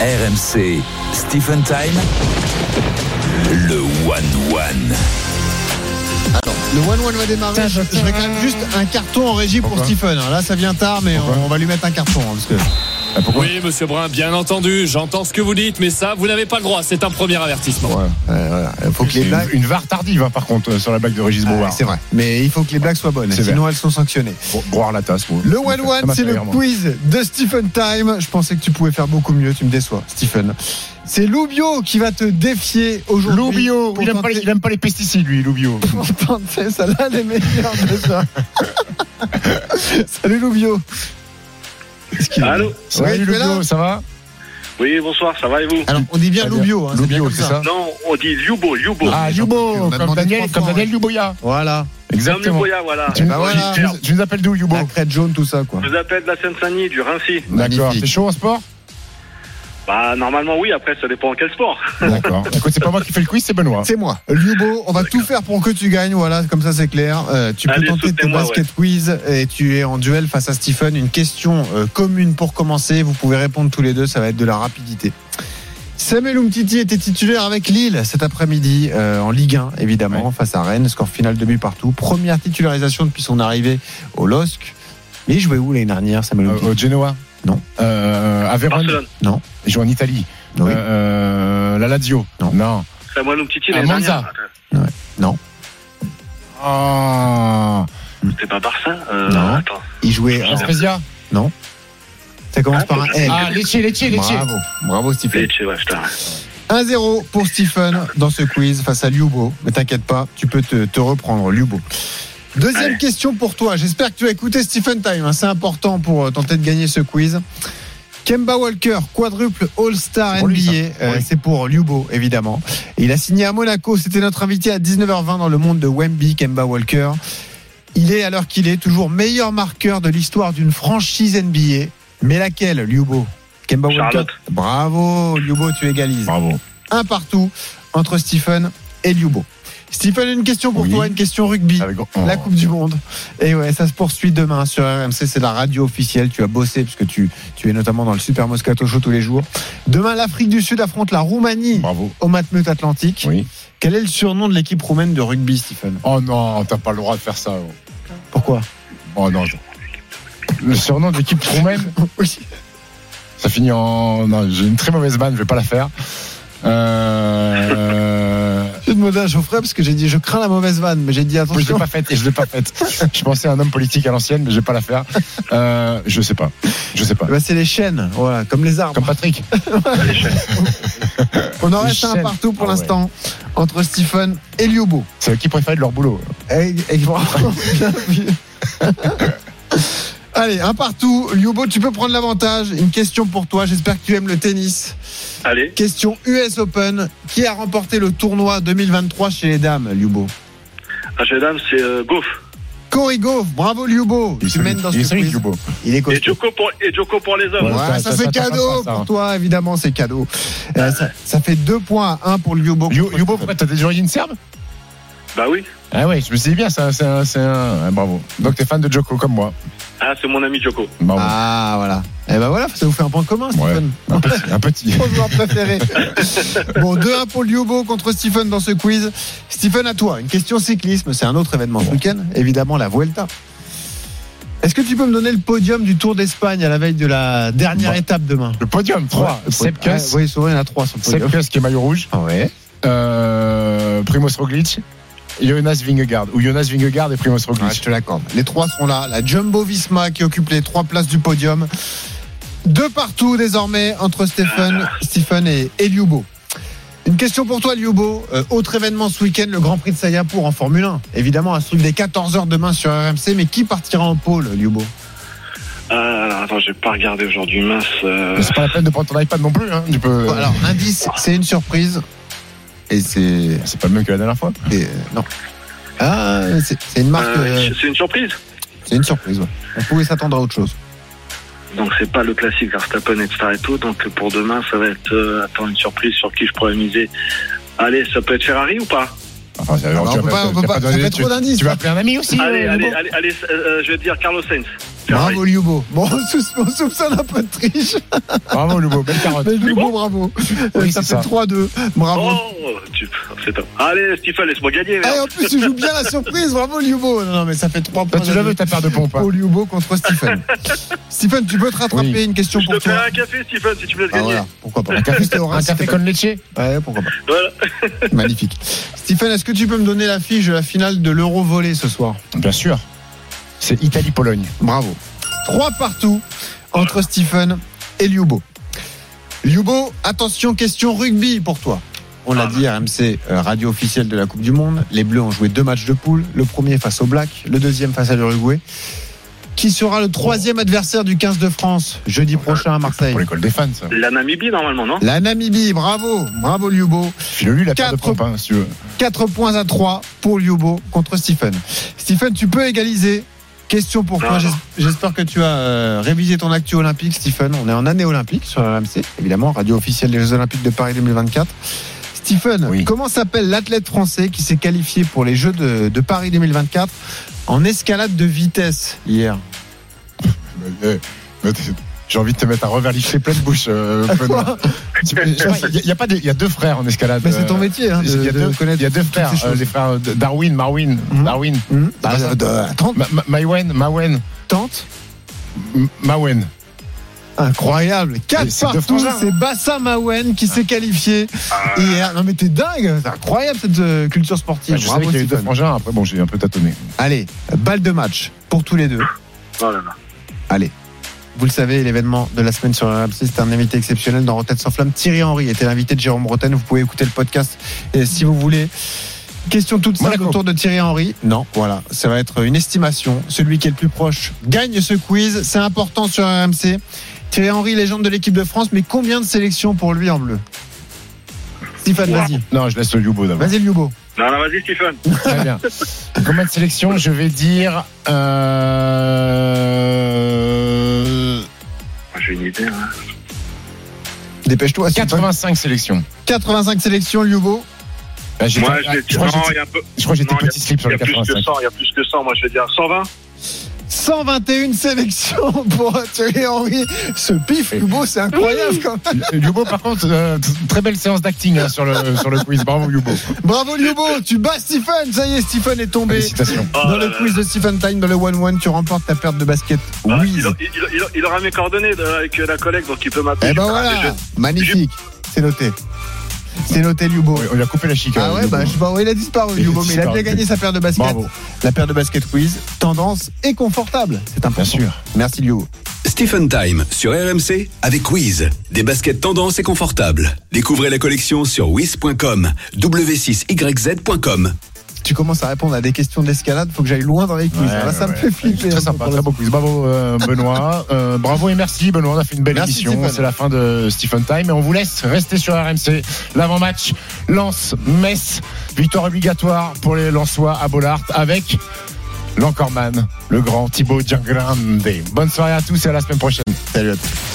RMC Stephen Time, le 1-1. Alors, le 1-1 va démarrer. Je vais quand même juste un carton en régie pour Stephen. Là, ça vient tard, mais on va lui mettre un carton. Parce que... Oui, monsieur Brun, bien entendu. J'entends ce que vous dites, mais ça, vous n'avez pas le droit. C'est un premier avertissement. Voilà. Faut que les blagues... Une VAR tardive, par contre, sur la blague de Régis Brouard. C'est vrai. Mais il faut que les blagues soient bonnes. Sinon, elles sont sanctionnées. Brouard la tasse. Le 1-1, c'est le quiz de Stephen Time. Je pensais que tu pouvais faire beaucoup mieux. Tu me déçois, Stephen. C'est Loubio qui va te défier aujourd'hui. Loubio, il n'aime pas les pesticides, lui, Loubio. Pour tenter, ça là, les meilleurs déjà. Salut Loubio. Allô. Salut Loubio, ça va? Oui, bonsoir, ça va et vous? Alors, on dit bien Loubio. Hein, Loubio, c'est ça? Non, on dit Liubo. Ah, Liubo, comme Daniel Liuboya. Voilà. Exactement. Liuboya, voilà. Tu nous appelles d'où, Liubo? La crête jaune, tout ça, quoi. Je vous appelle de la Seine-Saint-Denis, du Rincy. D'accord. T'es chaud en sport? Bah, normalement, oui, après, ça dépend quel sport. D'accord. Écoute, c'est pas moi qui fais le quiz, c'est Benoît. C'est moi. Liubo, on va tout faire pour que tu gagnes, voilà, comme ça c'est clair. Tu peux tenter tes basket quiz et tu es en duel face à Stephen. Une question commune pour commencer. Vous pouvez répondre tous les deux, ça va être de la rapidité. Samuel Umtiti était titulaire avec Lille cet après-midi en Ligue 1, évidemment, face à Rennes. Score final 2 buts partout. Première titularisation depuis son arrivée au LOSC. Mais il jouait où l'année dernière, Samuel Umtiti? Au Genoa. Non. À Vérone. Barcelone. Non. Il joue en Italie. Oui. La Lazio. Non. Samuel Umtiti, à Monza. Non. Ah. C'était pas Barça. Non. Attends. Il jouait En Spezia. Non. Ça commence par un L. Ah, Lecce. Bravo Stephen. Lecce, ouais, je te 1-0 pour Stephen dans ce quiz face à Liubo. Mais t'inquiète pas, tu peux te reprendre, Liubo. Deuxième question pour toi. J'espère que tu as écouté Stephen Time. Hein. C'est important pour tenter de gagner ce quiz. Kemba Walker, quadruple All-Star NBA. C'est pour Liubo, évidemment. Et il a signé à Monaco. C'était notre invité à 19h20 dans le monde de Wemby, Kemba Walker. Il est, à l'heure qu'il est, toujours meilleur marqueur de l'histoire d'une franchise NBA. Mais laquelle, Liubo? Kemba Walker. Bravo, Liubo, tu égalises. Bravo. Un partout entre Stephen et Liubo. Stephen, une question pour toi, une question rugby. La Coupe du Monde. Et ouais, ça se poursuit demain sur RMC, c'est la radio officielle. Tu as bossé puisque tu es notamment dans le Super Moscato Show tous les jours. Demain, l'Afrique du Sud affronte la Roumanie au Matmut Atlantique. Oui. Quel est le surnom de l'équipe roumaine de rugby, Stephen? Oh non, t'as pas le droit de faire ça. Pourquoi? Oh non. Le surnom de l'équipe roumaine? Oui. Ça finit en... Non, j'ai une très mauvaise vanne, je vais pas la faire. J'ai demandé à Geoffrey parce que j'ai dit je crains la mauvaise vanne, mais j'ai dit attention. Je l'ai pas faite. Je pensais à un homme politique à l'ancienne, mais je vais pas la faire. Je sais pas. Bah, c'est les chaînes, voilà, comme les arbres. Comme Patrick. On en reste un partout pour l'instant entre Stephen et Liubo. C'est qui préfère de leur boulot. Allez, un partout. Liubo, tu peux prendre l'avantage. Une question pour toi. J'espère que tu aimes le tennis. Allez. Question US Open. Qui a remporté le tournoi 2023 chez les dames, Liubo? Chez les dames, c'est Gauff. Corey Gauff. Bravo, Liubo. Tu mènes dans ce quiz. Il est costaud. Et Djoko pour les hommes. Ouais, ça c'est cadeau pour toi, évidemment, c'est cadeau. Ça fait 2 points à 1 pour Liubo. Liubo, pourquoi t'as des origines serbes? Bah oui. Ah ouais, je me suis dit bien, c'est un bravo. Donc t'es fan de Djoko comme moi. Ah, c'est mon ami Djoko. Bravo. Ah, voilà. Et ben voilà, ça vous fait un point commun, Stephen. Un petit. Mon joueur préféré. Bon, 2-1 pour Liubo contre Stephen dans ce quiz. Stephen, à toi. Une question cyclisme, c'est un autre événement ce week-end. Évidemment, la Vuelta. Est-ce que tu peux me donner le podium du Tour d'Espagne à la veille de la dernière étape demain? Le podium, 3. Sepp Kuss. Oui, souvent il y en a 3 sur le podium. Sepp Kuss qui est maillot rouge. Primož Roglic. Jonas Vingegaard et Primož Roglic. Ouais, je te l'accorde. Les 3 sont là. La Jumbo Visma qui occupe les 3 places du podium. 2 partout désormais entre Stephen et Liubo. Une question pour toi, Liubo. Autre événement ce week-end, le Grand Prix de Singapour en Formule 1. Évidemment, un truc des 14h demain sur RMC. Mais qui partira en pôle, Liubo? Alors attends, j'ai pas regardé aujourd'hui, mince. C'est pas la peine de prendre ton iPad non plus. Hein. Tu peux... Alors, indice, c'est une surprise. Et c'est pas le même que la dernière fois. Non. Ah, c'est une marque. C'est une surprise. C'est une surprise. Ouais. On pouvait s'attendre à autre chose. Donc c'est pas le classique Verstappen, etc. et tout. Donc pour demain, ça va être une surprise sur qui je pourrais miser. Allez, ça peut être Ferrari ou pas? On peut pas. Ça fait trop d'indices. Tu vas appeler un ami aussi? Allez, je vais te dire Carlos Sainz. Bravo Liubo. Bon, on soupçonne un peu de triche. Bravo Liubo, belle carotte. Mais Liubo, bravo. Oui, ça c'est fait ça. 3-2. Bravo. C'est top. Allez, Stephen, laisse-moi gagner. Et en plus, tu joues bien la surprise. Bravo Liubo. Non, mais ça fait 3 points. Toi, tu l'avais ta paire de pompes. Pour Liubo contre Stephen. Stephen, tu peux te rattraper. Oui. Une question Je pour te fais toi. un café, Stephen, si tu veux le Ah gagner. voilà, pourquoi pas. Un café con leche. Ouais, pourquoi pas. Voilà. Magnifique. Stephen, est-ce que tu peux me donner l'affiche de la finale de l'Euro volé ce soir? Bien sûr. C'est Italie-Pologne. Bravo. 3 partout entre Stephen et Liubo. Liubo, attention, question rugby pour toi. On l'a dit, RMC, radio officielle de la Coupe du Monde. Les Bleus ont joué 2 matchs de poule. Le premier face aux Blacks, le deuxième face à l'Uruguay. Qui sera le 3e adversaire du 15 de France jeudi prochain à Marseille? Pour l'école des fans, ça. La Namibie, normalement, non? La Namibie, bravo. Bravo Liubo. File-lui la paire de pompes, si tu veux. 4 points à 3 pour Liubo contre Stephen. Stephen, tu peux égaliser. Question pour toi. J'espère que tu as révisé ton actu olympique, Stephen. On est en année olympique sur RMC, évidemment, radio officielle des Jeux Olympiques de Paris 2024. Stephen, oui. Comment s'appelle l'athlète français qui s'est qualifié pour les Jeux de Paris 2024 en escalade de vitesse hier? J'ai envie de te mettre un reverliché plein de bouche. Il y a 2 frères en escalade. Mais c'est ton métier. Hein, il y a 2 frères. Les frères Darwin, Marwin. Darwin. Attends. Mawen. Tente. Mawen. Incroyable. 4 partout. C'est Bassa Mawen qui s'est qualifié hier. Non mais t'es dingue. C'est incroyable cette culture sportive. Je savais qu'il y avait 2 frangins. Après, bon, j'ai un peu tâtonné. Allez, balle de match pour tous les deux. Oh là là. Allez. Vous le savez, l'événement de la semaine sur RMC, c'est un invité exceptionnel dans Rotten sans flamme. Thierry Henry était l'invité de Jérôme Bretagne. Vous pouvez écouter le podcast si vous voulez. Question toute simple autour de Thierry Henry. Non, voilà, ça va être une estimation. Celui qui est le plus proche gagne ce quiz. C'est important sur RMC. Thierry Henry, légende de l'équipe de France, mais combien de sélections pour lui en bleu? Stéphane, vas-y. Non, je laisse le Liubo d'abord. Vas-y, Liubo. Non, vas-y, Stephen. Très bien. Combien de sélections? Je vais dire. J'ai une idée. Hein. Dépêche-toi. 85 sélections. 85 sélections, Liubo. Moi, je crois que j'étais petit slip sur les 85. Il y a plus que 100. Moi, je vais dire 120. 121 sélections pour Thierry Henry. Ce pif, Liubo, c'est incroyable quand même. Liubo, par contre, très belle séance d'acting sur le quiz. Bravo, Liubo. Bravo, Liubo. Tu bats Stephen. Ça y est, Stephen est tombé. Félicitations. Dans le quiz de Stephen Time, dans le 1-1, tu remportes ta perte de basket. Oui. Il aura mes coordonnées avec la collègue, donc il peut m'appeler. Eh ben voilà. Magnifique. C'est noté. C'est noté, Liubo. Oui, on lui a coupé la chic. Ah ouais, je sais pas où il a disparu, Liubo, mais il a bien gagné sa paire de basket. Bravo. La paire de basket quiz, tendance et confortable. C'est important. Bien sûr. Merci, Liubo. Stephen Time sur RMC avec Wiz. Des baskets tendance et confortables. Découvrez la collection sur wiz.com, w6yz.com. Tu commences à répondre à des questions d'escalade, faut que j'aille loin dans les quiz. Là, ça me fait flipper. Très sympa, très beau quiz. Bravo Benoît. Bravo et merci Benoît, on a fait une belle émission. Stephen. C'est la fin de Stephen Time et on vous laisse rester sur RMC. L'avant-match Lens-Metz. Victoire obligatoire pour les Lensois à Bollaert avec l'encoreman, le grand Thibaut Giangrande. Bonne soirée à tous et à la semaine prochaine. Salut à tous.